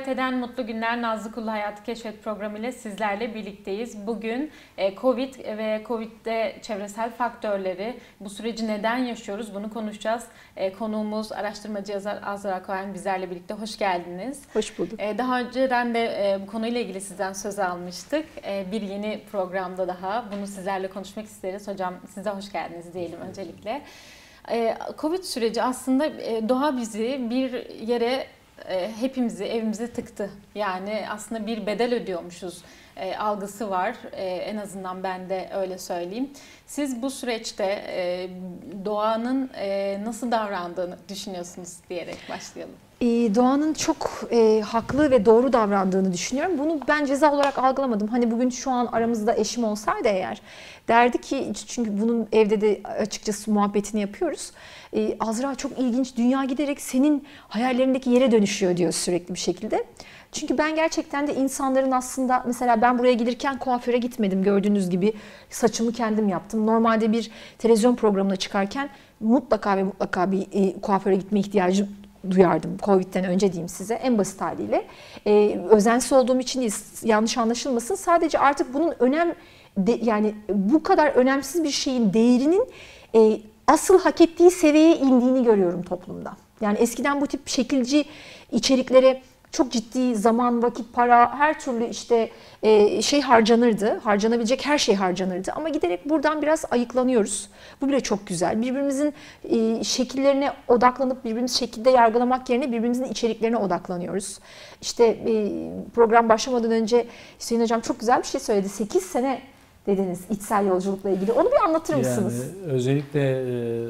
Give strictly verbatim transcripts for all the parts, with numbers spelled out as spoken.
davet eden Mutlu Günler Nazlı Kullu Hayatı Keşfet programı ile sizlerle birlikteyiz. Bugün Covid ve Covid'de çevresel faktörleri, bu süreci neden yaşıyoruz bunu konuşacağız. Konuğumuz araştırmacı yazar Azra Cohen bizlerle birlikte. Hoş geldiniz. Hoş bulduk. Daha önceden de bu konuyla ilgili sizden söz almıştık. Bir yeni programda daha bunu sizlerle konuşmak isteriz. Hocam size hoş geldiniz diyelim öncelikle. Covid süreci aslında doğa bizi bir yere, hepimizi evimize tıktı. Yani aslında bir bedel ödüyormuşuz algısı var. En azından ben de öyle söyleyeyim. Siz bu süreçte doğanın nasıl davrandığını düşünüyorsunuz diyerek başlayalım. Doğanın çok e, haklı ve doğru davrandığını düşünüyorum. Bunu ben ceza olarak algılamadım. Hani bugün şu an aramızda eşim olsaydı eğer derdi ki, çünkü bunun evde de açıkçası muhabbetini yapıyoruz. E, Azra çok ilginç, dünya giderek senin hayallerindeki yere dönüşüyor diyor sürekli bir şekilde. Çünkü ben gerçekten de insanların aslında, mesela ben buraya gelirken kuaföre gitmedim, gördüğünüz gibi saçımı kendim yaptım. Normalde bir televizyon programına çıkarken mutlaka ve mutlaka bir e, kuaföre gitme ihtiyacı duyardım. Covid'den önce diyeyim size, en basit haliyle. Ee, özensiz olduğum için değil, yanlış anlaşılmasın. Sadece artık bunun önem, de, yani bu kadar önemsiz bir şeyin değerinin e, asıl hak ettiği seviyeye indiğini görüyorum toplumda. Yani eskiden bu tip şekilci içeriklere çok ciddi zaman, vakit, para, her türlü işte e, şey harcanırdı. Harcanabilecek her şey harcanırdı. Ama giderek buradan biraz ayıklanıyoruz. Bu bile çok güzel. Birbirimizin e, şekillerine odaklanıp birbirimizi şekilde yargılamak yerine birbirimizin içeriklerine odaklanıyoruz. İşte e, program başlamadan önce Hüseyin Hocam çok güzel bir şey söyledi. sekiz sene dediniz içsel yolculukla ilgili. Onu bir anlatır mısınız? Yani özellikle e,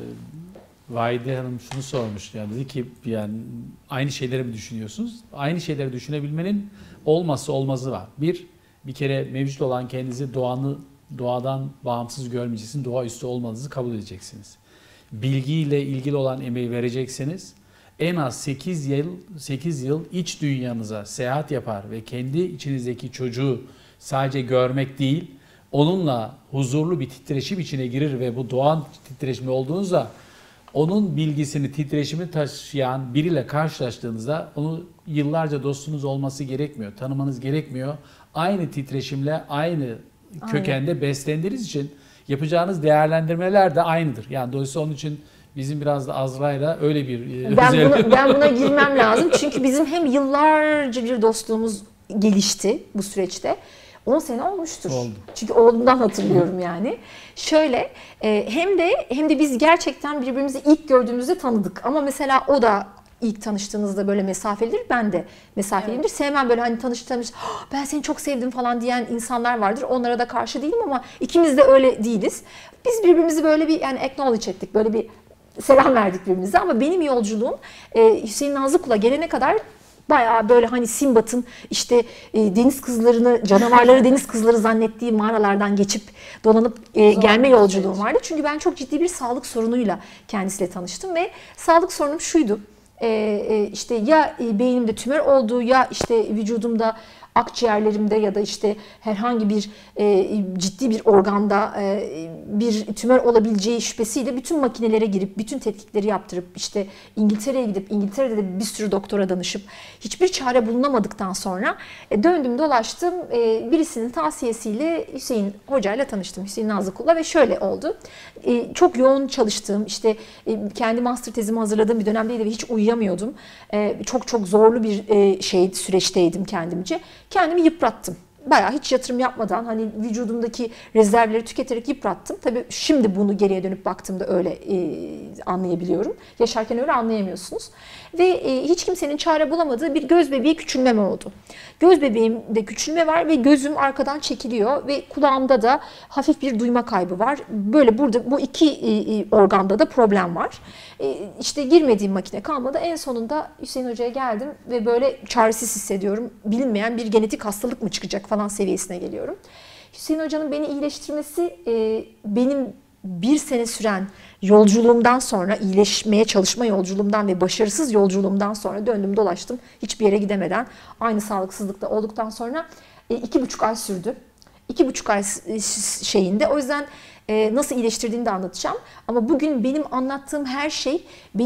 Vahide Hanım şunu sormuş, yani dedi ki yani aynı şeyleri mi düşünüyorsunuz? Aynı şeyleri düşünebilmenin olmazsa olmazı var. Bir, bir kere mevcut olan kendinizi doğanı, doğadan bağımsız görmeyeceksiniz. Doğaüstü olmanızı kabul edeceksiniz. Bilgiyle ilgili olan emeği vereceksiniz. En az sekiz yıl, sekiz yıl iç dünyanıza seyahat yapar ve kendi içinizdeki çocuğu sadece görmek değil, onunla huzurlu bir titreşim içine girir ve bu doğan titreşimi olduğunuzda onun bilgisini, titreşimi taşıyan biriyle karşılaştığınızda onu yıllarca dostunuz olması gerekmiyor, tanımanız gerekmiyor. Aynı titreşimle, aynı kökende Aynen. beslendiğiniz için yapacağınız değerlendirmeler de aynıdır. Yani dolayısıyla onun için bizim biraz da Azra'yla öyle bir ben buna, ben buna girmem lazım. Çünkü bizim hem yıllarca bir dostluğumuz gelişti bu süreçte. on sene olmuştur. Oldu. Çünkü oğlumdan hatırlıyorum yani. Şöyle e, hem de hem de biz gerçekten birbirimizi ilk gördüğümüzde tanıdık. Ama mesela o da ilk tanıştığınızda böyle mesafelidir. Ben de mesafeliyimdir. Evet. Sevmem böyle hani tanıştığımız ben seni çok sevdim falan diyen insanlar vardır. Onlara da karşı değilim ama ikimiz de öyle değiliz. Biz birbirimizi böyle bir yani acknowledge ettik. Böyle bir selam verdik birbirimize. Ama benim yolculuğum e, Hüseyin Nazlıkul'a gelene kadar bayağı böyle hani Simbat'ın işte e, deniz kızlarını, canavarları deniz kızları zannettiği mağaralardan geçip dolanıp e, gelme yolculuğum vardı. Çünkü ben çok ciddi bir sağlık sorunuyla kendisiyle tanıştım ve sağlık sorunum şuydu. E, e, işte ya e, beynimde tümör olduğu, ya işte vücudumda, akciğerlerimde ya da işte herhangi bir e, ciddi bir organda e, bir tümör olabileceği şüphesiyle bütün makinelere girip, bütün tetkikleri yaptırıp işte İngiltere'ye gidip İngiltere'de de bir sürü doktora danışıp hiçbir çare bulunamadıktan sonra e, döndüm dolaştım. E, birisinin tavsiyesiyle Hüseyin Hoca'yla tanıştım. Hüseyin Nazlıkul'la ve şöyle oldu. E, çok yoğun çalıştığım, işte e, kendi master tezimi hazırladığım bir dönemdeydi ve hiç uyuyamıyordum. E, çok çok zorlu bir e, şey süreçteydim kendimce. Kendimi yıprattım. Bayağı hiç yatırım yapmadan hani vücudumdaki rezervleri tüketerek yıprattım. Tabii şimdi bunu geriye dönüp baktığımda öyle e, anlayabiliyorum. Yaşarken öyle anlayamıyorsunuz. Ve e, hiç kimsenin çare bulamadığı bir göz bebeği küçülmem oldu. Göz bebeğimde küçülme var ve gözüm arkadan çekiliyor ve kulağımda da hafif bir duyma kaybı var. Böyle burada bu iki e, organda da problem var. E, işte girmediğim makine kalmadı. En sonunda Hüseyin Hoca'ya geldim ve böyle çaresiz hissediyorum. Bilinmeyen bir genetik hastalık mı çıkacak falan seviyesine geliyorum. Hüseyin Hoca'nın beni iyileştirmesi e, benim bir sene süren yolculuğumdan sonra, iyileşmeye çalışma yolculuğumdan ve başarısız yolculuğumdan sonra döndüm dolaştım. Hiçbir yere gidemeden aynı sağlıksızlıkta olduktan sonra e, iki buçuk ay sürdü. İki buçuk ay şeyinde. O yüzden e, nasıl iyileştirdiğini de anlatacağım. Ama bugün benim anlattığım her şey benim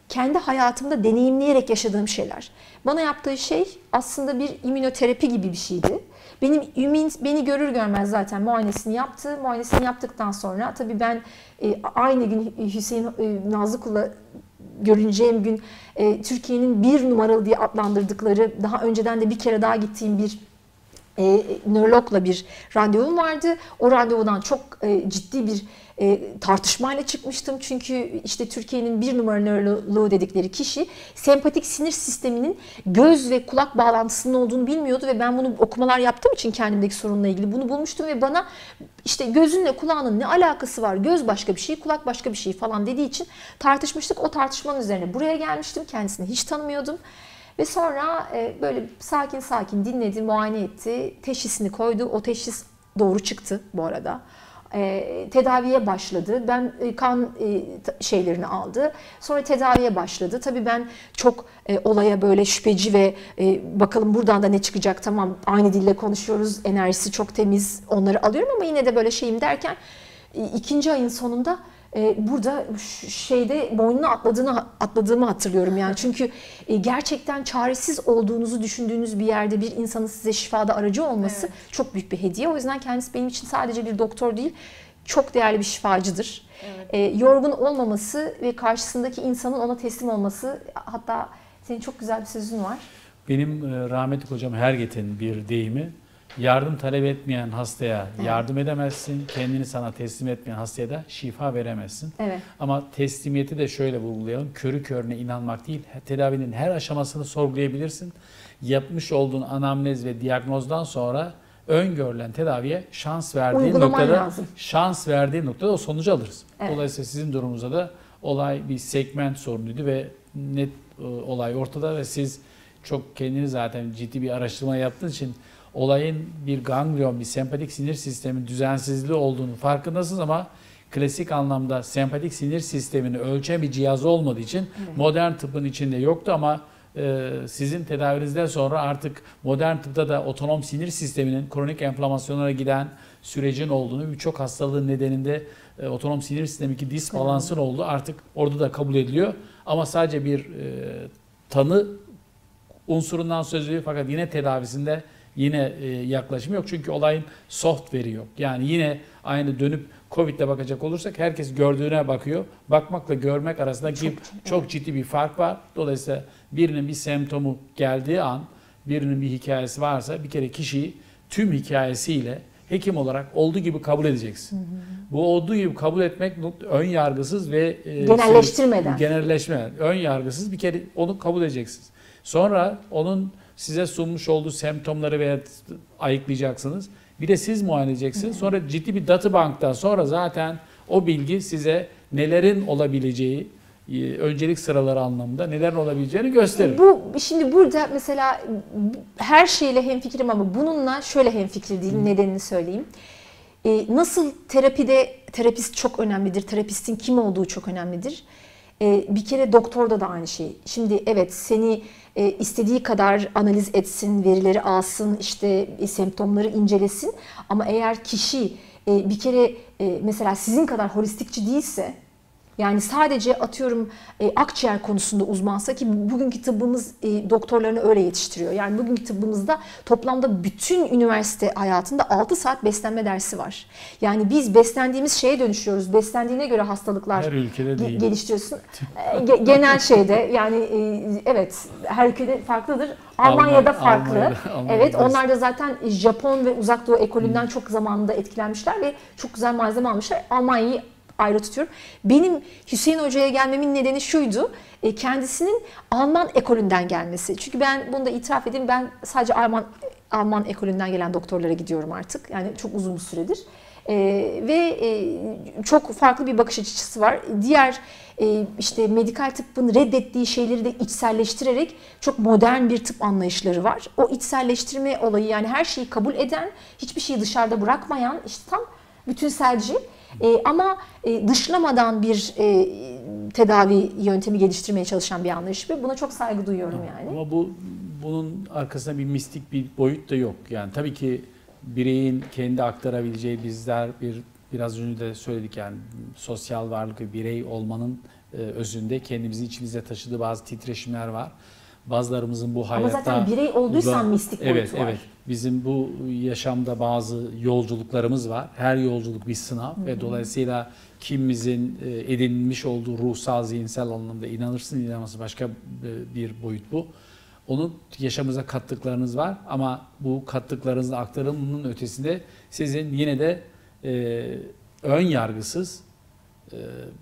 kendi hayatımda deneyimleyerek yaşadığım şeyler. Bana yaptığı şey aslında bir immünoterapi gibi bir şeydi. Benim ümmin, beni görür görmez zaten muayenesini yaptı. Muayenesini yaptıktan sonra tabii ben e, aynı gün Hüseyin e, Nazlıkul'la görüneceğim gün e, Türkiye'nin bir numaralı diye adlandırdıkları, daha önceden de bir kere daha gittiğim bir e, nörologla bir randevum vardı. O randevudan çok e, ciddi bir e, tartışmayla çıkmıştım. Çünkü işte Türkiye'nin bir numaralı nöroloğu dedikleri kişi sempatik sinir sisteminin göz ve kulak bağlantısının olduğunu bilmiyordu ve ben bunu okumalar yaptığım için kendimdeki sorunla ilgili bunu bulmuştum ve bana işte gözünle kulağının ne alakası var, göz başka bir şey, kulak başka bir şey falan dediği için tartışmıştık. O tartışmanın üzerine buraya gelmiştim. Kendisini hiç tanımıyordum. Ve sonra e, böyle sakin sakin dinledi, muayene etti, teşhisini koydu. O teşhis doğru çıktı bu arada. E, tedaviye başladı. Ben e, kan e, şeylerini aldı. Sonra tedaviye başladı. Tabii ben çok e, olaya böyle şüpheci ve e, bakalım buradan da ne çıkacak, tamam aynı dille konuşuyoruz, enerjisi çok temiz, onları alıyorum ama yine de böyle şeyim derken e, ikinci ayın sonunda Ee, burada şeyde boynuna atladığını atladığımı hatırlıyorum yani çünkü e, gerçekten çaresiz olduğunuzu düşündüğünüz bir yerde bir insanın size şifada aracı olması evet. çok büyük bir hediye. O yüzden kendisi benim için sadece bir doktor değil, çok değerli bir şifacıdır. Evet. E, yorgun olmaması ve karşısındaki insanın ona teslim olması, hatta senin çok güzel bir sözün var. Benim e, rahmetli hocam Herget'in bir deyimi: yardım talep etmeyen hastaya evet. yardım edemezsin, kendini sana teslim etmeyen hastaya da şifa veremezsin. Evet. Ama teslimiyeti de şöyle vurgulayalım: körü körüne inanmak değil, tedavinin her aşamasını sorgulayabilirsin. Yapmış olduğun anamnez ve diyagnozdan sonra öngörülen tedaviye şans verdiği Uygulaman noktada lazım. şans verdiği noktada o sonucu alırız. Evet. Dolayısıyla sizin durumunuzda da olay bir segment sorunuydu ve net e, olay ortada ve siz çok kendiniz zaten ciddi bir araştırma yaptığınız için olayın bir ganglion, bir sempatik sinir sistemi düzensizliği olduğunu farkındasınız ama klasik anlamda sempatik sinir sistemini ölçen bir cihaz olmadığı için evet. modern tıbbın içinde yoktu ama e, sizin tedavinizden sonra artık modern tıpta da otonom sinir sisteminin kronik enflamasyonlara giden sürecin olduğunu, birçok hastalığın nedeninde e, otonom sinir sistemindeki disbalansın evet. olduğu artık orada da kabul ediliyor. Ama sadece bir e, tanı unsurundan söz ediyor fakat yine tedavisinde yine e, yaklaşım yok. Çünkü olayın software'i yok. Yani yine aynı dönüp Covid'de bakacak olursak herkes gördüğüne bakıyor. Bakmakla görmek arasında çok, çok ciddi bir fark var. Dolayısıyla birinin bir semptomu geldiği an, birinin bir hikayesi varsa bir kere kişiyi tüm hikayesiyle hekim olarak olduğu gibi kabul edeceksin. Hı hı. Bu olduğu gibi kabul etmek ön yargısız ve e, genelleştirmeden. Genelleşme, ön yargısız bir kere onu kabul edeceksiniz. Sonra onun size sunmuş olduğu semptomları veya ayıklayacaksınız. Bir de siz muayene edeceksiniz. Sonra ciddi bir databanktan sonra zaten o bilgi size nelerin olabileceği, öncelik sıraları anlamında nelerin olabileceğini gösterir. Bu şimdi burada mesela her şeyle hemfikirim ama bununla şöyle hemfikir değilim. Hı. Nedenini söyleyeyim. Ee, nasıl terapide terapist çok önemlidir, terapistin kim olduğu çok önemlidir. Ee, bir kere doktorda da aynı şey. Şimdi evet seni e, istediği kadar analiz etsin, verileri alsın, işte e, semptomları incelesin. Ama eğer kişi e, bir kere e, mesela sizin kadar holistikçi değilse, yani sadece atıyorum e, akciğer konusunda uzmansa, ki bugünkü tıbbımız e, doktorlarını öyle yetiştiriyor. Yani bugünkü tıbbımızda toplamda bütün üniversite hayatında altı saat beslenme dersi var. Yani biz beslendiğimiz şeye dönüşüyoruz. Beslendiğine göre hastalıklar her ülkede değil. geliştiriyorsun. E, genel şeyde yani e, evet her ülkede farklıdır. Almanya'da Almanya, farklı. Almanya'da, Almanya'da evet onlar da zaten Japon ve Uzak Doğu ekolünden hmm. çok zamanında etkilenmişler ve çok güzel malzeme almışlar. Almanya'yı ayrı tutuyorum. Benim Hüseyin Hoca'ya gelmemin nedeni şuydu. Kendisinin Alman ekolünden gelmesi. Çünkü ben bunu da itiraf edeyim. Ben sadece Alman Alman ekolünden gelen doktorlara gidiyorum artık. Yani çok uzun bir süredir. Ee, ve e, çok farklı bir bakış açısı var. Diğer e, işte medikal tıbbın reddettiği şeyleri de içselleştirerek çok modern bir tıp anlayışları var. O içselleştirme olayı, yani her şeyi kabul eden, hiçbir şeyi dışarıda bırakmayan, işte tam bütünselci. E, ama e, dışlamadan bir e, tedavi yöntemi geliştirmeye çalışan bir anlayış ve buna çok saygı duyuyorum yani. Ama bu bunun arkasında bir mistik bir boyut da yok. Yani tabii ki bireyin kendi aktarabileceği, bizler bir biraz önce de söyledik yani sosyal varlık ve birey olmanın e, özünde kendimizi içimizde taşıdığı bazı titreşimler var. Bazılarımızın bu hayatta... Ama zaten birey olduysan mistik boyutu evet, var. Evet, bizim bu yaşamda bazı yolculuklarımız var. Her yolculuk bir sınav Hı-hı. ve dolayısıyla kimimizin edinilmiş olduğu ruhsal, zihinsel anlamda inanırsın inanması başka bir boyut bu. Onun yaşamımıza kattıklarınız var ama bu kattıklarınızın aktarımının ötesinde sizin yine de e, ön yargısız e,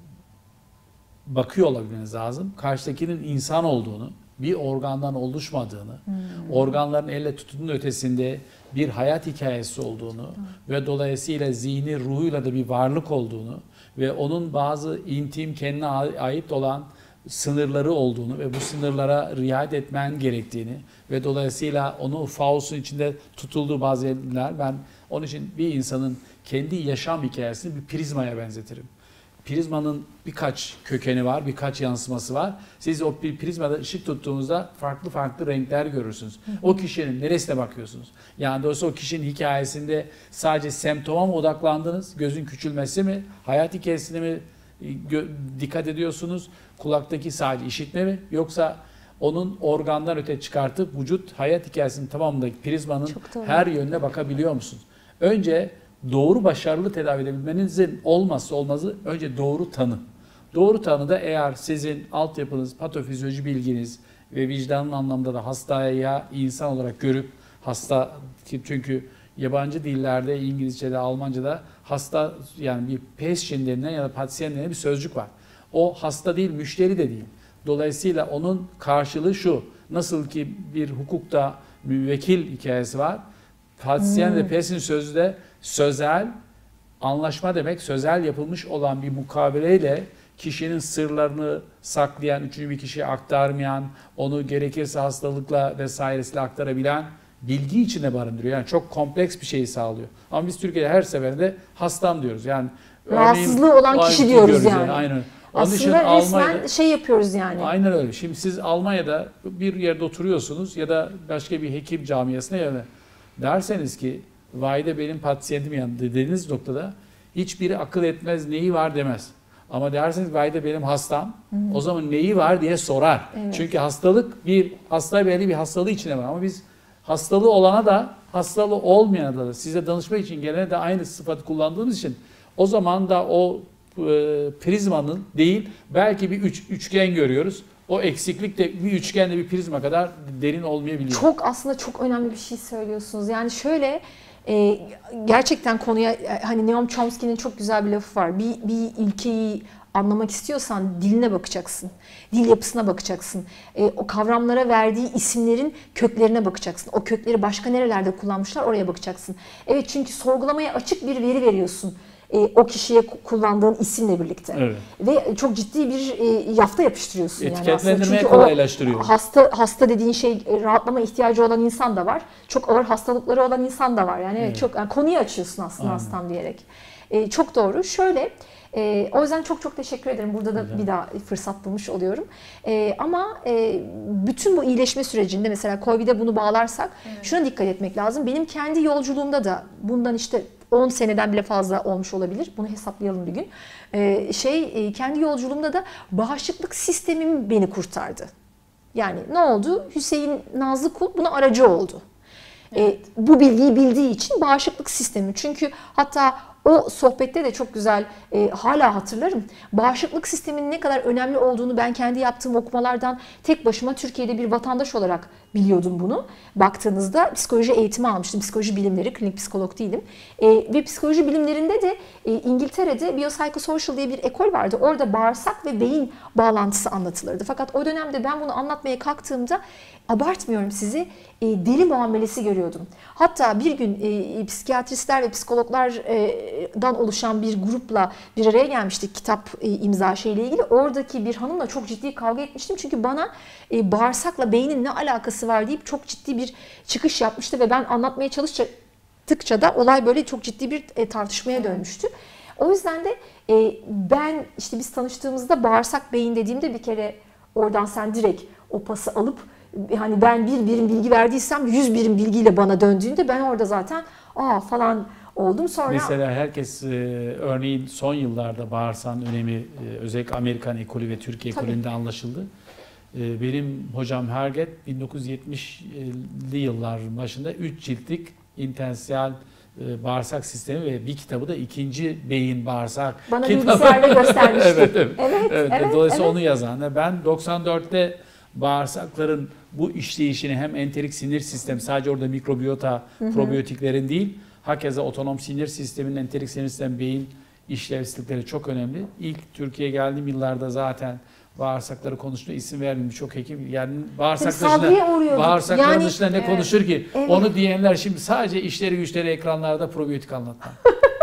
bakıyor olabilmeniz lazım. Karşıdakinin insan olduğunu, bir organdan oluşmadığını, hmm. organların elle tutunun ötesinde bir hayat hikayesi olduğunu hmm. ve dolayısıyla zihni, ruhuyla da bir varlık olduğunu ve onun bazı intim, kendine ait olan sınırları olduğunu ve bu sınırlara riayet etmen gerektiğini ve dolayısıyla onu faosun içinde tutulduğu bazı yerler, ben onun için bir insanın kendi yaşam hikayesini bir prizmaya benzetirim. Prizmanın birkaç kökeni var, birkaç yansıması var. Siz o bir prizmada ışık tuttuğunuzda farklı farklı renkler görürsünüz. Hı hı. O kişinin neresine bakıyorsunuz? Yani dolayısıyla o kişinin hikayesinde sadece semptoma mı odaklandınız? Gözün küçülmesi mi? Hayat hikayesine mi dikkat ediyorsunuz? Kulaktaki sadece işitme mi? Yoksa onun organdan öte çıkartıp vücut hayat hikayesinin tamamındaki prizmanın her yönüne bakabiliyor musunuz? Önce doğru başarılı tedavi edebilmenizin olmazsa olmazı önce doğru tanı. Doğru tanı da eğer sizin altyapınız, patofizyoloji bilginiz ve vicdanın anlamda da hastaya insan olarak görüp hasta, çünkü yabancı dillerde, İngilizce'de, Almanca'da hasta, yani bir patient denilen ya da patient denilen bir sözcük var. O hasta değil, müşteri de değil. Dolayısıyla onun karşılığı şu. Nasıl ki bir hukukta müvekkil hikayesi var. Patient ve patient sözü de sözel, anlaşma demek, sözel yapılmış olan bir mukabeleyle kişinin sırlarını saklayan, üçüncü bir kişiye aktarmayan, onu gerekirse hastalıkla vesairesiyle aktarabilen bilgi içine barındırıyor. Yani çok kompleks bir şeyi sağlıyor. Ama biz Türkiye'de her seferinde hastam diyoruz. Yani rahatsızlığı olan kişi diyoruz yani. yani. Aynen. Onun aslında resmen şey yapıyoruz yani. Aynen öyle. Şimdi siz Almanya'da bir yerde oturuyorsunuz ya da başka bir hekim camiasına ya da derseniz ki vayde benim patsiyentim yandı dediğiniz noktada hiçbiri akıl etmez, neyi var demez. Ama derseniz vayde benim hastam, hı hı. o zaman neyi var diye sorar. Evet. Çünkü hastalık bir hasta belli bir hastalığı içine var ama biz hastalığı olana da hastalığı olmayana da size danışmak için gelene de aynı sıfatı kullandığımız için o zaman da o e, prizmanın değil belki bir üç, üçgen görüyoruz. O eksiklik de bir üçgenle bir prizma kadar derin olmayabiliyor. Çok aslında çok önemli bir şey söylüyorsunuz. Yani şöyle e, gerçekten konuya hani Noam Chomsky'nin çok güzel bir lafı var. Bir, bir ilkeyi anlamak istiyorsan diline bakacaksın. Dil yapısına bakacaksın. E, o kavramlara verdiği isimlerin köklerine bakacaksın. O kökleri başka nerelerde kullanmışlar oraya bakacaksın. Evet, çünkü sorgulamaya açık bir veri veriyorsun. E, o kişiye kullandığın isimle birlikte. Evet. Ve çok ciddi bir e, yafta yapıştırıyorsun. Etiketlendirmeye yani kolaylaştırıyor. Hasta, hasta dediğin şey rahatlama ihtiyacı olan insan da var. Çok ağır hastalıkları olan insan da var. Yani, evet. çok yani konuyu açıyorsun aslında Aynen. hastam diyerek. E, çok doğru. Şöyle, e, o yüzden çok çok teşekkür ederim. Burada da Güzel. bir daha fırsat bulmuş oluyorum. E, ama e, bütün bu iyileşme sürecinde mesela Covid'e bunu bağlarsak evet. şuna dikkat etmek lazım. Benim kendi yolculuğumda da bundan işte on seneden bile fazla olmuş olabilir. Bunu hesaplayalım bir gün. Ee, şey kendi yolculuğumda da bağışıklık sistemim beni kurtardı. Yani ne oldu? Hüseyin Nazlıkul buna aracı oldu. Evet. Ee, bu bilgiyi bildiği için bağışıklık sistemi. Çünkü hatta o sohbette de çok güzel, e, hala hatırlarım. Bağışıklık sisteminin ne kadar önemli olduğunu ben kendi yaptığım okumalardan tek başıma Türkiye'de bir vatandaş olarak biliyordum bunu. Baktığınızda psikoloji eğitimi almıştım. Psikoloji bilimleri, klinik psikolog değilim. E, ve psikoloji bilimlerinde de e, İngiltere'de biopsychosocial diye bir ekol vardı. Orada bağırsak ve beyin bağlantısı anlatılırdı. Fakat o dönemde ben bunu anlatmaya kalktığımda abartmıyorum sizi, e, deli muamelesi görüyordum. Hatta bir gün e, psikiyatristler ve psikologlardan oluşan bir grupla bir araya gelmiştik kitap e, imza şeyle ilgili. Oradaki bir hanımla çok ciddi kavga etmiştim. Çünkü bana e, bağırsakla beynin ne alakası var deyip çok ciddi bir çıkış yapmıştı ve ben anlatmaya çalıştıkça da olay böyle çok ciddi bir e, tartışmaya dönmüştü. O yüzden de e, ben işte biz tanıştığımızda bağırsak beyin dediğimde bir kere oradan sen direkt o pası alıp hani ben bir birim bilgi verdiysem yüz birim bilgiyle bana döndüğünde ben orada zaten aa falan oldum. Sonra mesela herkes e, örneğin son yıllarda bağırsağın önemi e, özellikle Amerikan ekolü ve Türkiye Tabii. ekolünde anlaşıldı. E, benim hocam Herget bin dokuz yüz yetmişli yılların başında üç ciltlik intensiyel e, bağırsak sistemi ve bir kitabı da ikinci beyin bağırsak bana kitabı. bilgisayarda göstermişti. evet, evet. Evet, evet, evet, Dolayısıyla evet. onu yazan. Ben doksan dörtte bağırsakların bu işleyişini hem enterik sinir sistemi, sadece orada mikrobiyota, Hı-hı. probiyotiklerin değil, hakeza otonom sinir sisteminin, enterik sinir sistemi, beyin işlevsizlikleri çok önemli. İlk Türkiye'ye geldiğim yıllarda zaten bağırsakları konuştuğunda isim verdiğim birçok hekim, yani bağırsak dışında, bağırsakların yani, dışında ne evet. konuşur ki? Evet. Onu diyenler şimdi sadece işleri güçleri ekranlarda probiyotik anlatmak.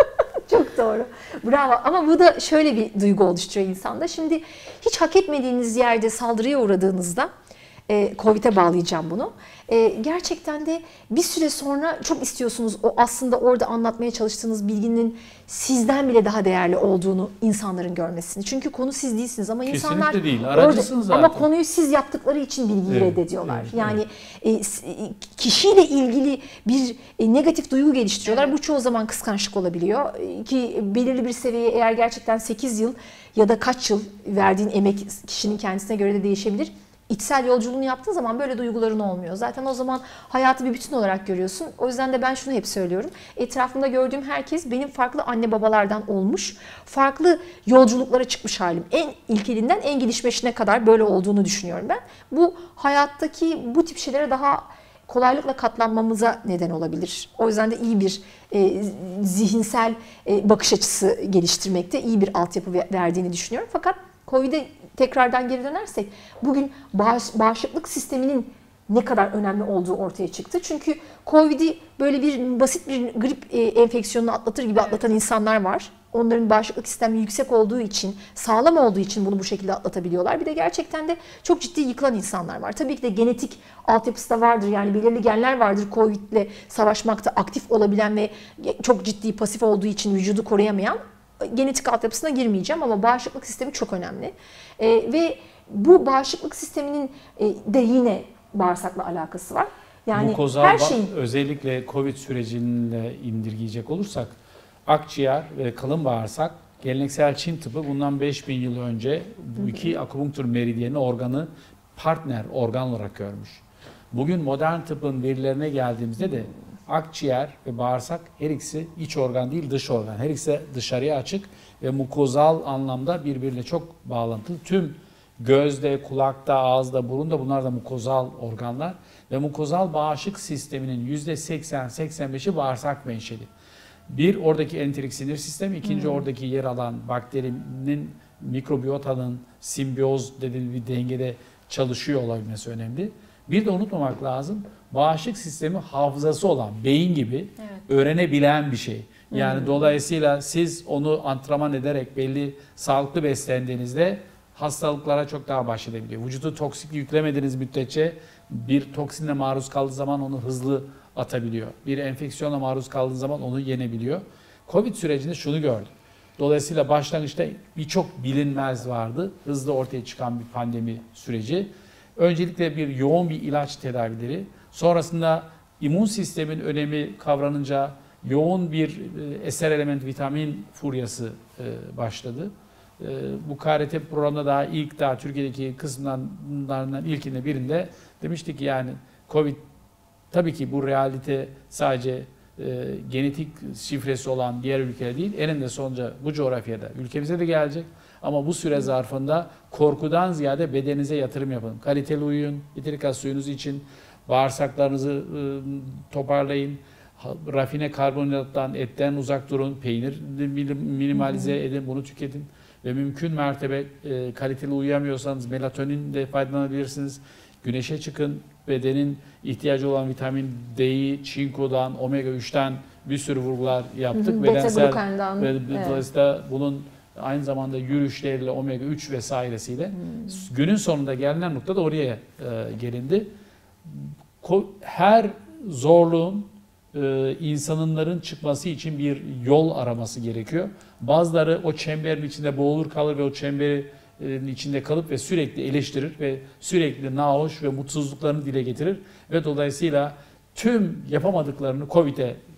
Çok doğru. Bravo. Ama bu da şöyle bir duygu oluşturuyor insanda. Şimdi hiç hak etmediğiniz yerde saldırıya uğradığınızda, e, Covid'e bağlayacağım bunu. E, gerçekten de bir süre sonra çok istiyorsunuz o aslında orada anlatmaya çalıştığınız bilginin sizden bile daha değerli olduğunu insanların görmesini. Çünkü konu siz değilsiniz ama Kesinlikle insanlar değil. Aracısınız zaten. ama konuyu siz yaptıkları için bilgiyi Evet, reddediyorlar. evet, yani e, kişiyle ilgili bir e, negatif duygu geliştiriyorlar. Evet. Bu çoğu zaman kıskançlık olabiliyor. E, ki belirli bir seviyeye eğer gerçekten sekiz yıl ya da kaç yıl verdiğin emek kişinin kendisine göre de değişebilir. İçsel yolculuğunu yaptığın zaman böyle duyguların olmuyor. Zaten o zaman hayatı bir bütün olarak görüyorsun. O yüzden de ben şunu hep söylüyorum. Etrafımda gördüğüm herkes benim farklı anne babalardan olmuş. Farklı yolculuklara çıkmış halim. En ilkelinden en gelişmişine kadar böyle olduğunu düşünüyorum ben. Bu hayattaki bu tip şeylere daha kolaylıkla katlanmamıza neden olabilir. O yüzden de iyi bir e, zihinsel e, bakış açısı geliştirmekte iyi bir altyapı verdiğini düşünüyorum. Fakat Covid'e tekrardan geri dönersek bugün bağış, bağışıklık sisteminin ne kadar önemli olduğu ortaya çıktı. Çünkü Covid'i böyle bir basit bir grip e, enfeksiyonunu atlatır gibi atlatan insanlar var. Onların bağışıklık sistemi yüksek olduğu için, sağlam olduğu için bunu bu şekilde atlatabiliyorlar. Bir de gerçekten de çok ciddi yıkılan insanlar var. Tabii ki de genetik altyapısı da vardır. Yani belirli genler vardır Covid'le savaşmakta aktif olabilen ve çok ciddi pasif olduğu için vücudu koruyamayan. Genetik altyapısına girmeyeceğim ama bağışıklık sistemi çok önemli. Ee, ve bu bağışıklık sisteminin e, de yine bağırsakla alakası var. Yani Mukozal her ba- şeyin özellikle Covid sürecinde indirgeyecek olursak akciğer ve kalın bağırsak geleneksel Çin tıbbı bundan beş bin yıl önce bu iki akupunktur meridyeni organı partner organ olarak görmüş. Bugün modern tıbbın verilerine geldiğimizde de akciğer ve bağırsak her ikisi iç organ değil dış organ. Her ikisi dışarıya açık ve mukozal anlamda birbirine çok bağlantılı. Tüm gözde, kulakta, ağızda, burunda bunlar da mukozal organlar. Ve mukozal bağışıklık sisteminin yüzde seksen seksen beşi bağırsak menşeli. Bir oradaki enterik sinir sistemi, ikinci hmm. oradaki yer alan bakterinin, mikrobiyotanın simbiyoz dediğimiz bir dengede çalışıyor olabilmesi önemli. Bir de unutmamak lazım, bağışıklık sistemi hafızası olan, beyin gibi evet. öğrenebilen bir şey. Yani hmm. dolayısıyla siz onu antrenman ederek belli sağlıklı beslendiğinizde hastalıklara çok daha baş edebiliyor. Vücudu toksik yüklemediğiniz müddetçe bir toksinle maruz kaldığı zaman onu hızlı atabiliyor. Bir enfeksiyona maruz kaldığı zaman onu yenebiliyor. Covid sürecinde şunu gördüm. Dolayısıyla başlangıçta birçok bilinmez vardı. Hızlı ortaya çıkan bir pandemi süreci. Öncelikle bir yoğun bir ilaç tedavileri. Sonrasında immün sistemin önemi kavranınca yoğun bir eser element vitamin furyası başladı. Bu K R T programda daha ilk daha Türkiye'deki kısımlarından ilkinde birinde demiştik ki yani Covid tabii ki bu realite sadece e, genetik şifresi olan diğer ülkeler değil, eninde sonunda bu coğrafyada ülkemize de gelecek. Ama bu süre zarfında korkudan ziyade bedeninize yatırım yapın. Kaliteli uyuyun, yeteri suyunuz için, bağırsaklarınızı e, toparlayın. Rafine karbonhidrattan, etten uzak durun, peynir minimalize edin, bunu tüketin. Ve mümkün mertebe e, kaliteli uyuyamıyorsanız melatonin de faydalanabilirsiniz. Güneşe çıkın, bedenin ihtiyacı olan vitamin D'yi, çinkodan, omega üçten bir sürü vurgular yaptık. Bedensel ve evet. Dolayısıyla bunun aynı zamanda yürüyüşleriyle, omega üç vesairesiyle hmm. günün sonunda gelinen noktada oraya e, gelindi. Her zorluğun e, insanların çıkması için bir yol araması gerekiyor. Bazıları o çemberin içinde boğulur kalır ve o çemberin içinde kalıp ve sürekli eleştirir ve sürekli nahoş ve mutsuzluklarını dile getirir ve dolayısıyla tüm yapamadıklarını Covid'e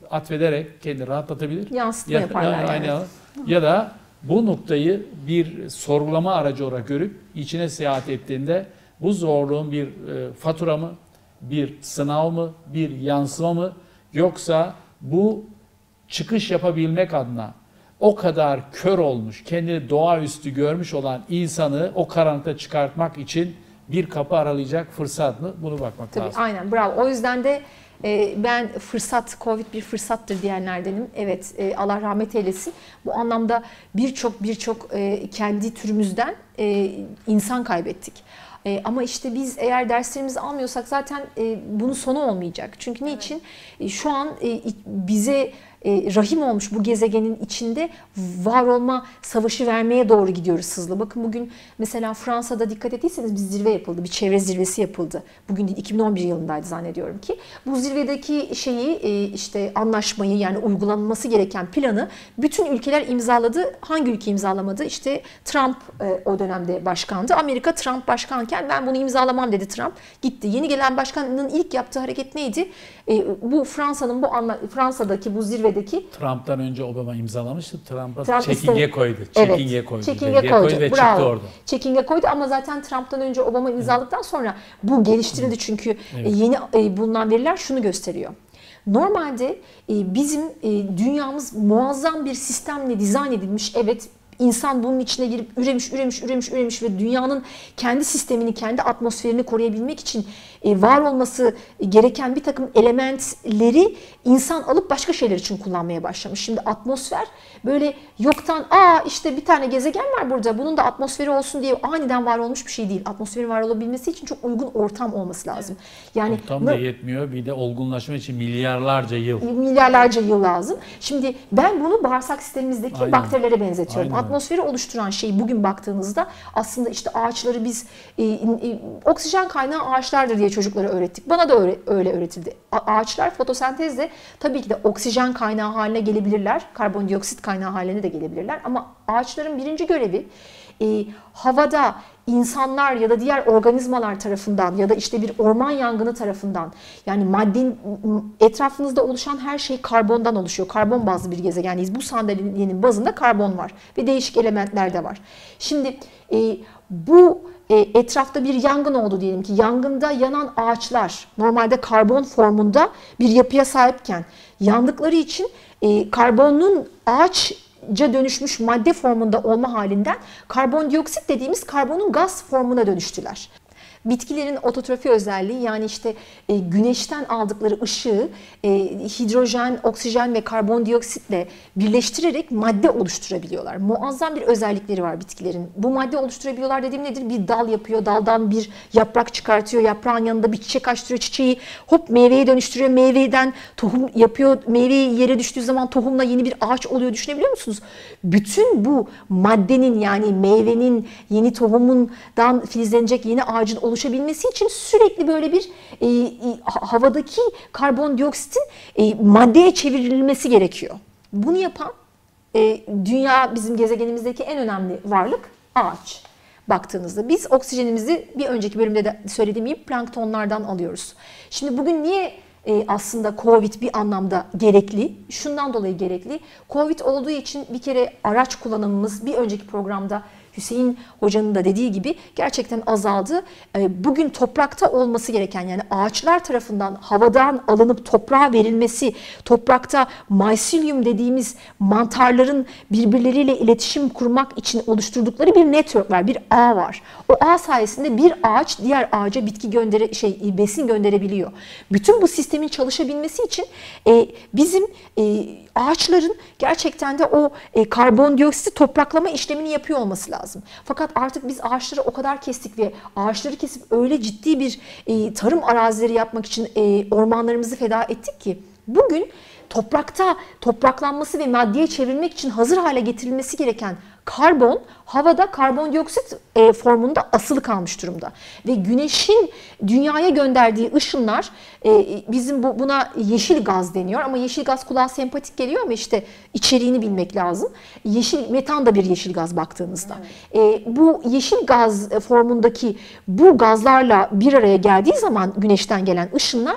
atfederek kendini rahatlatabilir. Yansıtma Ya, yaparlar ya, yani. aynı- ya da bu noktayı bir sorgulama aracı olarak görüp içine seyahat ettiğinde bu zorluğun bir e, fatura mı, bir sınav mı, bir yansıma mı, yoksa bu çıkış yapabilmek adına o kadar kör olmuş, kendini doğaüstü görmüş olan insanı o karanlıkta çıkartmak için bir kapı aralayacak fırsat mı? Bunu bakmak Tabii, lazım. aynen, bravo. O yüzden de e, ben fırsat, Covid bir fırsattır diyenlerdenim. Evet, e, Allah rahmet eylesin. Bu anlamda birçok birçok e, kendi türümüzden e, insan kaybettik. E, ama işte biz eğer derslerimizi almıyorsak zaten e, bunun sonu olmayacak. Çünkü niçin? E, şu an e, bize e, rahim olmuş bu gezegenin içinde var olma savaşı vermeye doğru gidiyoruz hızlı. Bakın bugün mesela Fransa'da dikkat ettiyseniz bir zirve yapıldı. Bir çevre zirvesi yapıldı. Bugün değil, iki bin on bir yılındaydı zannediyorum ki. Bu zirvedeki şeyi e, işte anlaşmayı, yani uygulanması gereken planı bütün ülkeler imzaladı. Hangi ülke imzalamadı? İşte Trump e, o dönemde başkandı. Amerika Trump başkanken ben bunu imzalamam dedi Trump. Gitti. Yeni gelen başkanın ilk yaptığı hareket neydi? E, bu Fransa'nın bu anla Fransa'daki bu zirvedeki Trump'tan önce Obama imzalamıştı. Trump'a Trump çekinge iste- koydu. Evet, Çekinge koydu. çekinge Belgeyi koydu. ve Bravo. çıktı orada. Çekinge koydu ama zaten Trump'tan önce Obama imzaladıktan sonra bu geliştirildi çünkü Evet. yeni e, bulunan veriler şunu gösteriyor. Normalde e, bizim e, dünyamız muazzam bir sistemle dizayn edilmiş. Evet, insan bunun içine girip üremiş, üremiş, üremiş, üremiş ve dünyanın kendi sistemini, kendi atmosferini koruyabilmek için e, var olması gereken bir takım elementleri insan alıp başka şeyler için kullanmaya başlamış. Şimdi atmosfer böyle yoktan, aa işte bir tane gezegen var burada, bunun da atmosferi olsun diye aniden var olmuş bir şey değil. Atmosferin var olabilmesi için çok uygun ortam olması lazım. Yani Tam da yetmiyor. Bir de olgunlaşma için milyarlarca yıl. milyarlarca yıl lazım. Şimdi ben bunu bağırsak sistemimizdeki Aynen. bakterilere benzetiyorum. Aynen. Atmosferi oluşturan şey bugün baktığınızda aslında işte ağaçları biz e, e, oksijen kaynağı ağaçlardır diye çocuklara öğrettik. Bana da öyle, öyle öğretildi. A- ağaçlar fotosentezle tabii ki de oksijen kaynağı haline gelebilirler. Karbondioksit kaynağı haline de gelebilirler. Ama ağaçların birinci görevi e, havada insanlar ya da diğer organizmalar tarafından ya da işte bir orman yangını tarafından, yani maddenin etrafınızda oluşan her şey karbondan oluşuyor. Karbon bazlı bir gezegenliyiz. Bu sandalyenin bazında karbon var ve değişik elementler de var. Şimdi e, bu e, etrafta bir yangın oldu diyelim ki, yangında yanan ağaçlar normalde karbon formunda bir yapıya sahipken yandıkları için e, karbonun ağaç dönüşmüş madde formunda olma halinden karbondioksit dediğimiz karbonun gaz formuna dönüştüler. Bitkilerin ototrofi özelliği, yani işte e, güneşten aldıkları ışığı e, hidrojen, oksijen ve karbondioksitle birleştirerek madde oluşturabiliyorlar. Muazzam bir özellikleri var bitkilerin. Bu madde oluşturabiliyorlar dediğim nedir? Bir dal yapıyor, daldan bir yaprak çıkartıyor, yaprağın yanında bir çiçek açtırıyor, çiçeği hop meyveye dönüştürüyor, meyveden tohum yapıyor, meyveyi yere düştüğü zaman tohumla yeni bir ağaç oluyor, düşünebiliyor musunuz? Bütün bu maddenin, yani meyvenin, yeni tohumundan filizlenecek yeni ağacın oluşabilmesi için sürekli böyle bir e, e, havadaki karbondioksitin e, maddeye çevrilmesi gerekiyor. Bunu yapan e, dünya, bizim gezegenimizdeki en önemli varlık ağaç. Baktığınızda biz oksijenimizi bir önceki bölümde de söylediğim gibi planktonlardan alıyoruz. Şimdi bugün niye e, aslında Covid bir anlamda gerekli? Şundan dolayı gerekli. Covid olduğu için bir kere araç kullanımımız bir önceki programda Hüseyin Hoca'nın da dediği gibi gerçekten azaldı. Bugün toprakta olması gereken, yani ağaçlar tarafından havadan alınıp toprağa verilmesi, toprakta mycelium dediğimiz mantarların birbirleriyle iletişim kurmak için oluşturdukları bir network var, bir ağ var. O ağ sayesinde bir ağaç diğer ağaca bitki göndere, şey besin gönderebiliyor. Bütün bu sistemin çalışabilmesi için e, bizim e, ağaçların gerçekten de o e, karbondioksit topraklama işlemini yapıyor olması lazım. Fakat artık biz ağaçları o kadar kestik ve ağaçları kesip öyle ciddi bir e, tarım arazileri yapmak için e, ormanlarımızı feda ettik ki bugün toprakta topraklanması ve maddeye çevrilmek için hazır hale getirilmesi gereken karbon havada karbondioksit e, formunda asılı kalmış durumda. Ve güneşin dünyaya gönderdiği ışınlar, e, bizim bu, buna yeşil gaz deniyor ama yeşil gaz kulağa sempatik geliyor ama işte içeriğini bilmek lazım. Yeşil metan da bir yeşil gaz baktığınızda. Evet. E, bu yeşil gaz formundaki bu gazlarla bir araya geldiği zaman güneşten gelen ışınlar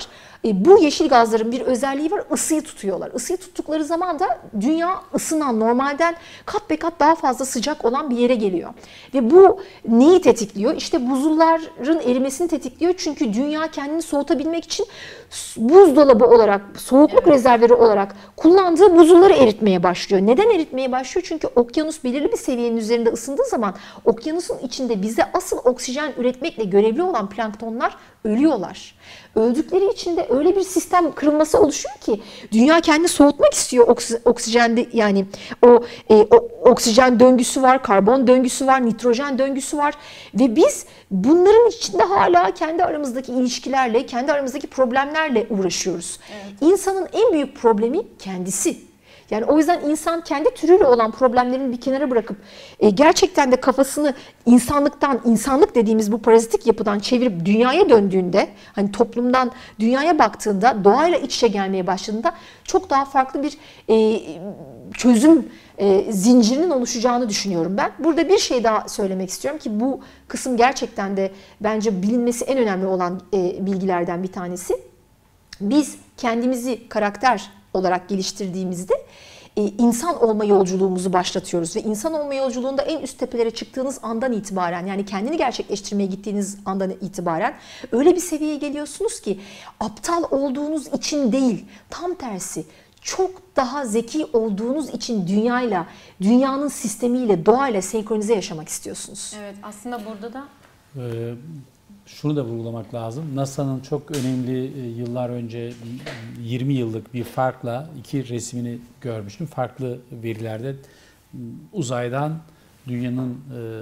E, bu yeşil gazların bir özelliği var, ısıyı tutuyorlar. Isıyı tuttukları zaman da dünya ısınan, normalden kat be kat daha fazla sıcak olan bir yere geliyor. Ve bu neyi tetikliyor? İşte buzulların erimesini tetikliyor. Çünkü dünya kendini soğutabilmek için buzdolabı olarak, soğukluk evet. rezervleri olarak kullandığı buzulları eritmeye başlıyor. Neden eritmeye başlıyor? Çünkü okyanus belirli bir seviyenin üzerinde ısındığı zaman okyanusun içinde bize asıl oksijen üretmekle görevli olan planktonlar ölüyorlar. Öldükleri için de öyle bir sistem kırılması oluşuyor ki dünya kendini soğutmak istiyor. Oksijende, yani o, e, o oksijen döngüsü var, karbon döngüsü var, nitrojen döngüsü var ve biz bunların içinde hala kendi aramızdaki ilişkilerle, kendi aramızdaki problemlerle uğraşıyoruz. Evet. İnsanın en büyük problemi kendisi. Yani o yüzden insan kendi türüyle olan problemlerini bir kenara bırakıp e, gerçekten de kafasını insanlıktan, insanlık dediğimiz bu parazitik yapıdan çevirip dünyaya döndüğünde, hani toplumdan dünyaya baktığında, doğayla iç içe gelmeye başladığında çok daha farklı bir e, çözüm e, zincirinin oluşacağını düşünüyorum ben. Burada bir şey daha söylemek istiyorum ki bu kısım gerçekten de bence bilinmesi en önemli olan e, bilgilerden bir tanesi. Biz kendimizi karakter olarak geliştirdiğimizde e, insan olma yolculuğumuzu başlatıyoruz ve insan olma yolculuğunda en üst tepelere çıktığınız andan itibaren, yani kendini gerçekleştirmeye gittiğiniz andan itibaren öyle bir seviyeye geliyorsunuz ki aptal olduğunuz için değil, tam tersi çok daha zeki olduğunuz için dünyayla, dünyanın sistemiyle, doğayla senkronize yaşamak istiyorsunuz. Evet, aslında burada da Ee, şunu da vurgulamak lazım. NASA'nın çok önemli yıllar önce yirmi yıllık bir farkla iki resmini görmüştüm. Farklı verilerde uzaydan dünyanın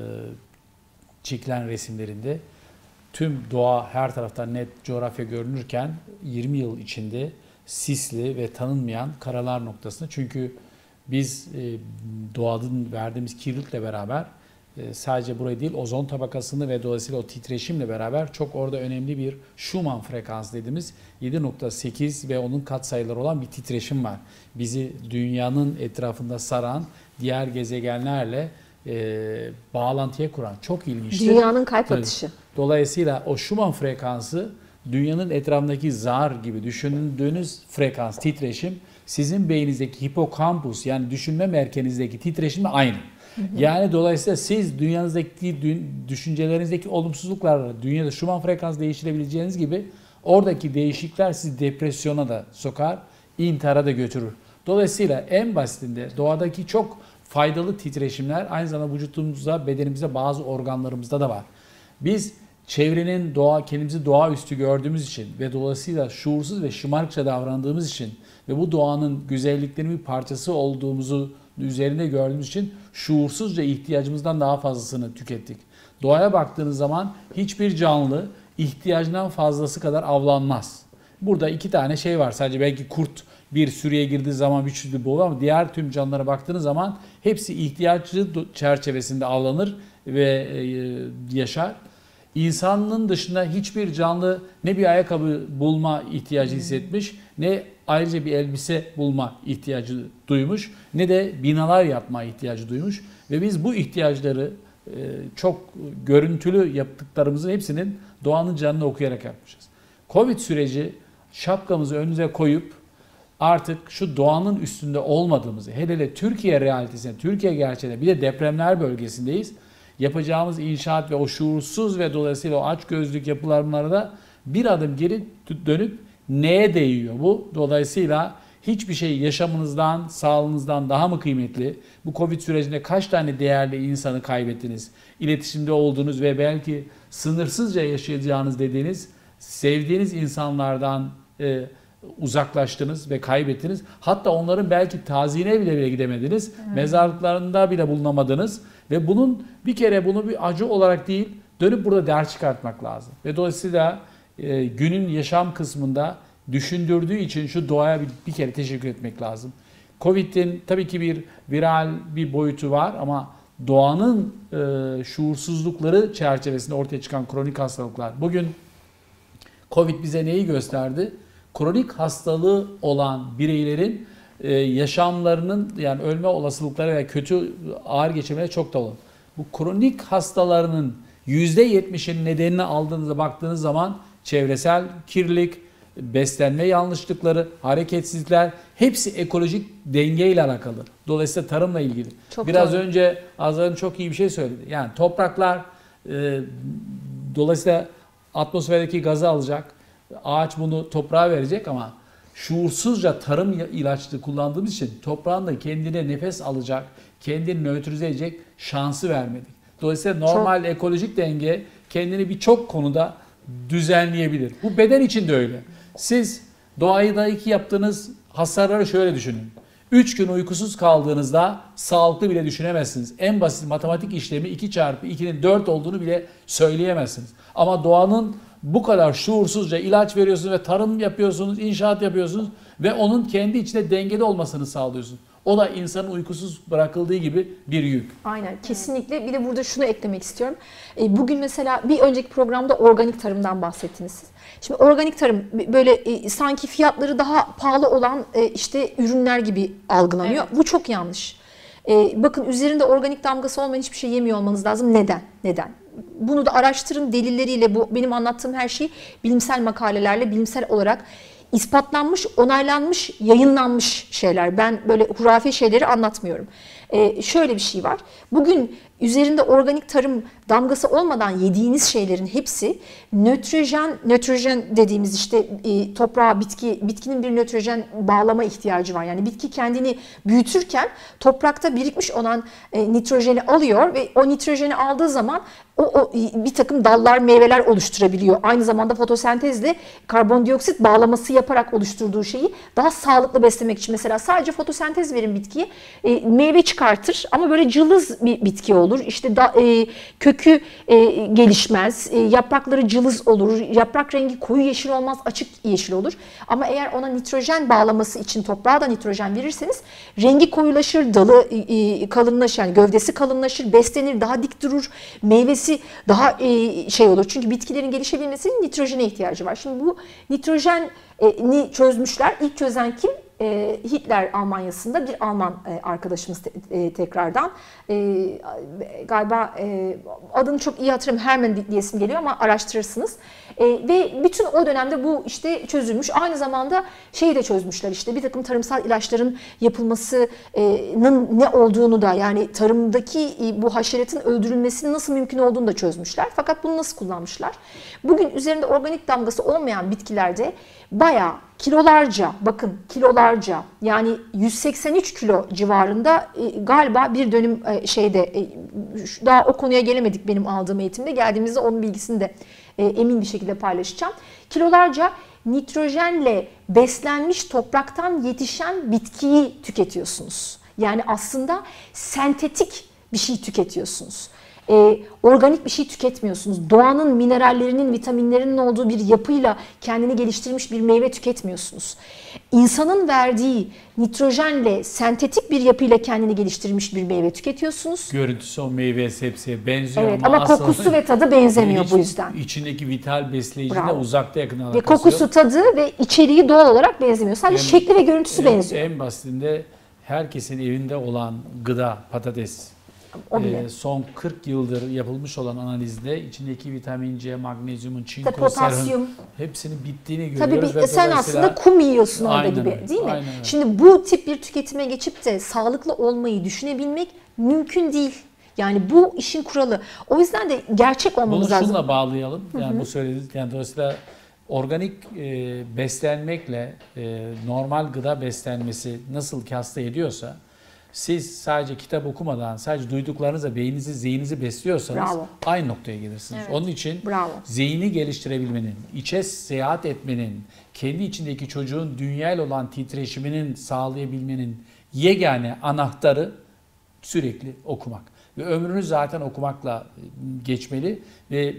çekilen resimlerinde tüm doğa her taraftan net coğrafya görünürken yirmi yıl içinde sisli ve tanınmayan karalar noktasında. Çünkü biz doğanın verdiğimiz kirlilikle beraber sadece burayı değil, ozon tabakasını ve dolayısıyla o titreşimle beraber çok orada önemli bir Schumann frekansı dediğimiz yedi nokta sekiz ve onun katsayıları olan bir titreşim var. Bizi dünyanın etrafında saran diğer gezegenlerle e, bağlantıya kuran çok ilginçtir. Dünyanın kalp atışı. Dolayısıyla o Schumann frekansı dünyanın etrafındaki zar gibi düşündüğünüz frekans, titreşim sizin beyninizdeki hipokampus yani düşünme merkezinizdeki titreşimle aynı. Yani dolayısıyla siz dünyanızdaki, düşüncelerinizdeki olumsuzluklarla dünyada Schumann frekans değiştirebileceğiniz gibi oradaki değişiklikler sizi depresyona da sokar, intihara da götürür. Dolayısıyla en basitinde doğadaki çok faydalı titreşimler aynı zamanda vücudumuzda, bedenimizde, bazı organlarımızda da var. Biz çevrenin doğa, kendimizi doğaüstü gördüğümüz için ve dolayısıyla şuursuz ve şımarıkça davrandığımız için ve bu doğanın güzelliklerinin bir parçası olduğumuzu üzerinde gördüğümüz için şuursuzca ihtiyacımızdan daha fazlasını tükettik. Doğaya baktığınız zaman hiçbir canlı ihtiyacından fazlası kadar avlanmaz. Burada iki tane şey var. Sadece belki kurt bir sürüye girdiği zaman bir çizgi boğulur ama diğer tüm canlılara baktığınız zaman hepsi ihtiyacı çerçevesinde avlanır ve yaşar. İnsanın dışında hiçbir canlı ne bir ayakkabı bulma ihtiyacı hissetmiş, ne ayrıca bir elbise bulma ihtiyacı duymuş, ne de binalar yapma ihtiyacı duymuş. Ve biz bu ihtiyaçları çok görüntülü yaptıklarımızın hepsinin doğanın canını okuyarak yapmışız. Covid süreci şapkamızı önümüze koyup artık şu doğanın üstünde olmadığımızı, hele hele Türkiye realitesinde, Türkiye gerçeğinde bir de depremler bölgesindeyiz. Yapacağımız inşaat ve o şuursuz ve dolayısıyla o açgözlük yapılarına da bir adım geri dönüp neye değiyor bu? Dolayısıyla hiçbir şey yaşamınızdan, sağlığınızdan daha mı kıymetli? Bu Covid sürecinde kaç tane değerli insanı kaybettiniz? İletişimde olduğunuz ve belki sınırsızca yaşayacağınız dediğiniz, sevdiğiniz insanlardan e, uzaklaştınız ve kaybettiniz. Hatta onların belki taziyine bile bile gidemediniz. Hmm. Mezarlıklarında bile bulunamadınız. Ve bunun bir kere bunu bir acı olarak değil, dönüp burada ders çıkartmak lazım. Ve dolayısıyla e, günün yaşam kısmında düşündürdüğü için şu doğaya bir, bir kere teşekkür etmek lazım. Covid'in tabii ki bir viral bir boyutu var ama doğanın e, şuursuzlukları çerçevesinde ortaya çıkan kronik hastalıklar. Bugün Covid bize neyi gösterdi? Kronik hastalığı olan bireylerin e, yaşamlarının yani ölme olasılıkları ve kötü ağır geçirmeleri çok da olur. Bu kronik hastalarının yüzde yetmişinin nedenini aldığınızda baktığınız zaman çevresel kirlilik, beslenme yanlışlıkları, hareketsizlikler hepsi ekolojik dengeyle alakalı. Dolayısıyla tarımla ilgili. Çok Biraz doğru. önce Azra'nın çok iyi bir şey söyledi. Yani topraklar e, dolayısıyla atmosferdeki gazı alacak. Ağaç bunu toprağa verecek ama şuursuzca tarım ilaçlı kullandığımız için toprağın da kendine nefes alacak, kendini nötrize edecek şansı vermedik. Dolayısıyla normal çok... ekolojik denge kendini birçok konuda düzenleyebilir. Bu beden için de öyle. Siz doğaydaki yaptığınız hasarları şöyle düşünün. üç gün uykusuz kaldığınızda sağlıklı bile düşünemezsiniz. En basit matematik işlemi iki çarpı ikinin dört olduğunu bile söyleyemezsiniz. Ama doğanın bu kadar şuursuzca ilaç veriyorsunuz ve tarım yapıyorsunuz, inşaat yapıyorsunuz ve onun kendi içinde dengede olmasını sağlıyorsunuz. O da insanın uykusuz bırakıldığı gibi bir yük. Aynen, kesinlikle. Bir de burada şunu eklemek istiyorum. Bugün mesela bir önceki programda organik tarımdan bahsettiniz siz. Şimdi organik tarım böyle sanki fiyatları daha pahalı olan işte ürünler gibi algılanıyor. Evet. Bu çok yanlış. Bakın, üzerinde organik damgası olmayan hiçbir şey yemiyor olmanız lazım. Neden? Neden? Bunu da araştırın delilleriyle. Bu benim anlattığım her şey bilimsel makalelerle, bilimsel olarak ispatlanmış, onaylanmış, yayınlanmış şeyler. Ben böyle hurafe şeyleri anlatmıyorum. Ee, şöyle bir şey var. Bugün üzerinde organik tarım damgası olmadan yediğiniz şeylerin hepsi nötrojen, nötrojen dediğimiz işte e, toprağa, bitki, bitkinin bir nötrojen bağlama ihtiyacı var. Yani bitki kendini büyütürken toprakta birikmiş olan e, nitrojeni alıyor ve o nitrojeni aldığı zaman o, o bir takım dallar, meyveler oluşturabiliyor. Aynı zamanda fotosentezle karbondioksit bağlaması yaparak oluşturduğu şeyi daha sağlıklı beslemek için. Mesela sadece fotosentez verin bitkiye, e, meyve çıkartır ama böyle cılız bir bitki olur. İşte da, e, kökü e, gelişmez, e, yaprakları cılız olur, yaprak rengi koyu yeşil olmaz, açık yeşil olur. Ama eğer ona nitrojen bağlaması için toprağa da nitrojen verirseniz rengi koyulaşır, dalı e, kalınlaşır, yani gövdesi kalınlaşır, beslenir, daha dik durur, meyvesi daha e, şey olur. Çünkü bitkilerin gelişebilmesinin nitrojene ihtiyacı var. Şimdi bu nitrojeni çözmüşler. İlk çözen kim? Hitler Almanya'sında bir Alman arkadaşımız tekrardan. Galiba adını çok iyi hatırlamıyorum. Hermann diyesim geliyor ama araştırırsınız. Ve bütün o dönemde bu işte çözülmüş. Aynı zamanda şeyi de çözmüşler, işte bir takım tarımsal ilaçların yapılmasının ne olduğunu da, yani tarımdaki bu haşeratın öldürülmesinin nasıl mümkün olduğunu da çözmüşler. Fakat bunu nasıl kullanmışlar? Bugün üzerinde organik damgası olmayan bitkilerde bayağı kilolarca, bakın kilolarca, yani yüz seksen üç kilo civarında e, galiba bir dönüm e, şeyde e, daha o konuya gelemedik benim aldığım eğitimde. Geldiğimizde onun bilgisini de e, emin bir şekilde paylaşacağım. Kilolarca nitrojenle beslenmiş topraktan yetişen bitkiyi tüketiyorsunuz. Yani aslında sentetik bir şey tüketiyorsunuz. E, organik bir şey tüketmiyorsunuz. Doğanın minerallerinin, vitaminlerinin olduğu bir yapıyla kendini geliştirmiş bir meyve tüketmiyorsunuz. İnsanın verdiği nitrojenle, sentetik bir yapıyla kendini geliştirmiş bir meyve tüketiyorsunuz. Görüntüsü o meyve sebzeye benziyor, evet, ama, ama kokusu ve tadı benzemiyor bu yüzden. İçindeki vital besleyici Bravo. de uzakta yakın alakası Ve kokusu, yok. tadı ve içeriği doğal olarak benzemiyor. Sadece en, şekli ve görüntüsü en, benziyor. En basitinde herkesin evinde olan gıda, patates. Ee, son kırk yıldır yapılmış olan analizde içindeki vitamin C, magnezyumun, çinko, potasyum, hepsinin bittiğini tabii görüyoruz. bir, ve sen aslında kum yiyorsun orada aynen, gibi, değil mi? Aynen. Şimdi bu tip bir tüketime geçip de sağlıklı olmayı düşünebilmek mümkün değil. Yani bu işin kuralı. O yüzden de gerçek olmamız Bunu lazım. Bunu şunla bağlayalım. Yani Hı hı. bu söylediğiniz, yani dolayısıyla organik e, beslenmekle e, normal gıda beslenmesi nasıl ki hasta ediyorsa, siz sadece kitap okumadan, sadece duyduklarınızla beyninizi, zihninizi besliyorsanız Bravo. aynı noktaya gelirsiniz. Evet. Onun için Bravo. zihni geliştirebilmenin, içe seyahat etmenin, kendi içindeki çocuğun dünyayla olan titreşiminin sağlayabilmenin yegane anahtarı sürekli okumak. Ve ömrünüz zaten okumakla geçmeli ve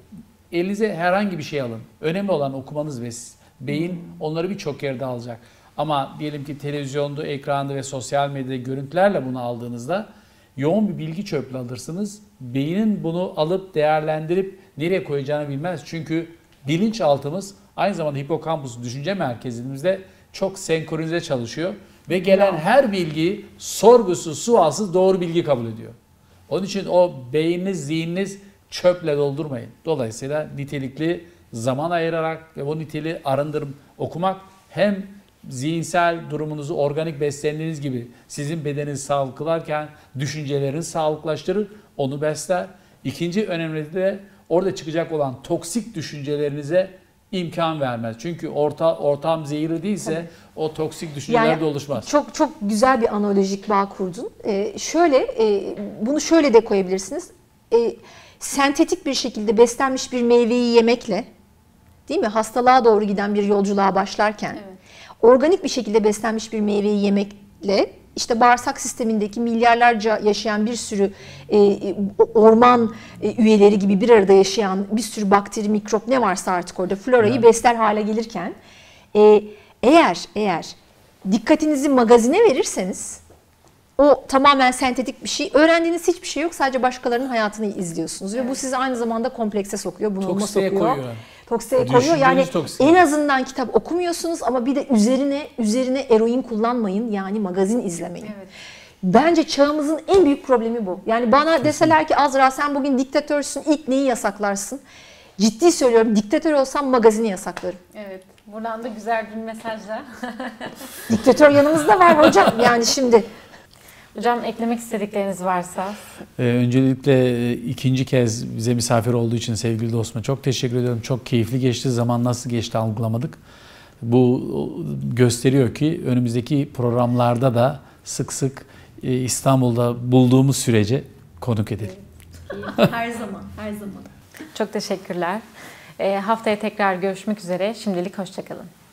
elinize herhangi bir şey alın. Önemli olan okumanız ve beyin onları birçok yerde alacak. Ama diyelim ki televizyonda, ekranda ve sosyal medyada görüntülerle bunu aldığınızda yoğun bir bilgi çöplüğü alırsınız. Beynin bunu alıp değerlendirip nereye koyacağını bilmez. Çünkü bilinçaltımız aynı zamanda hipokampus düşünce merkezimizde çok senkronize çalışıyor. Ve gelen her bilgi sorgusuz, sualsız doğru bilgi kabul ediyor. Onun için o beyniniz, zihniniz çöple doldurmayın. Dolayısıyla nitelikli zaman ayırarak ve bu niteliği arındırım, okumak hem zihinsel durumunuzu organik beslendiğiniz gibi sizin bedeninizi sağlıklı kılarken düşüncelerinizi sağlıklaştırır, onu besler. İkinci önemli de orada çıkacak olan toksik düşüncelerinize imkan vermez. Çünkü orta, ortam zehirli değilse tabii o toksik düşünceler yani, de oluşmaz. Çok çok güzel bir analojik bağ kurdun. Ee, şöyle e, bunu şöyle de koyabilirsiniz. E, sentetik bir şekilde beslenmiş bir meyveyi yemekle, değil mi? Hastalığa doğru giden bir yolculuğa başlarken evet, organik bir şekilde beslenmiş bir meyveyi yemekle işte bağırsak sistemindeki milyarlarca yaşayan bir sürü e, orman e, üyeleri gibi bir arada yaşayan bir sürü bakteri, mikrop ne varsa artık orada florayı evet, besler hale gelirken e, eğer eğer dikkatinizi magazine verirseniz o tamamen sentetik bir şey. Öğrendiğiniz hiçbir şey yok. Sadece başkalarının hayatını izliyorsunuz. Evet. Ve bu sizi aynı zamanda komplekse sokuyor, bunalıma sokuyor. Koyuyor. Toksiğe koyuyor. Yani en azından kitap okumuyorsunuz ama bir de üzerine üzerine eroin kullanmayın. Yani magazin izlemeyin. Evet. Bence çağımızın en büyük problemi bu. Yani bana kesinlikle deseler ki Azra sen bugün diktatörsün, ilk neyi yasaklarsın? Ciddi söylüyorum, diktatör olsam magazini yasaklarım. Evet. Buradan da güzel bir mesajla. Diktatör yanımızda var hocam. Yani şimdi. Hocam eklemek istedikleriniz varsa. Ee, öncelikle ikinci kez bize misafir olduğu için sevgili dostuma çok teşekkür ediyorum. Çok keyifli geçti. Zaman nasıl geçti algılamadık. Bu gösteriyor ki önümüzdeki programlarda da sık sık İstanbul'da bulduğumuz sürece konuk edelim. Her zaman, her zaman. Çok teşekkürler. E, haftaya tekrar görüşmek üzere. Şimdilik hoşça kalın.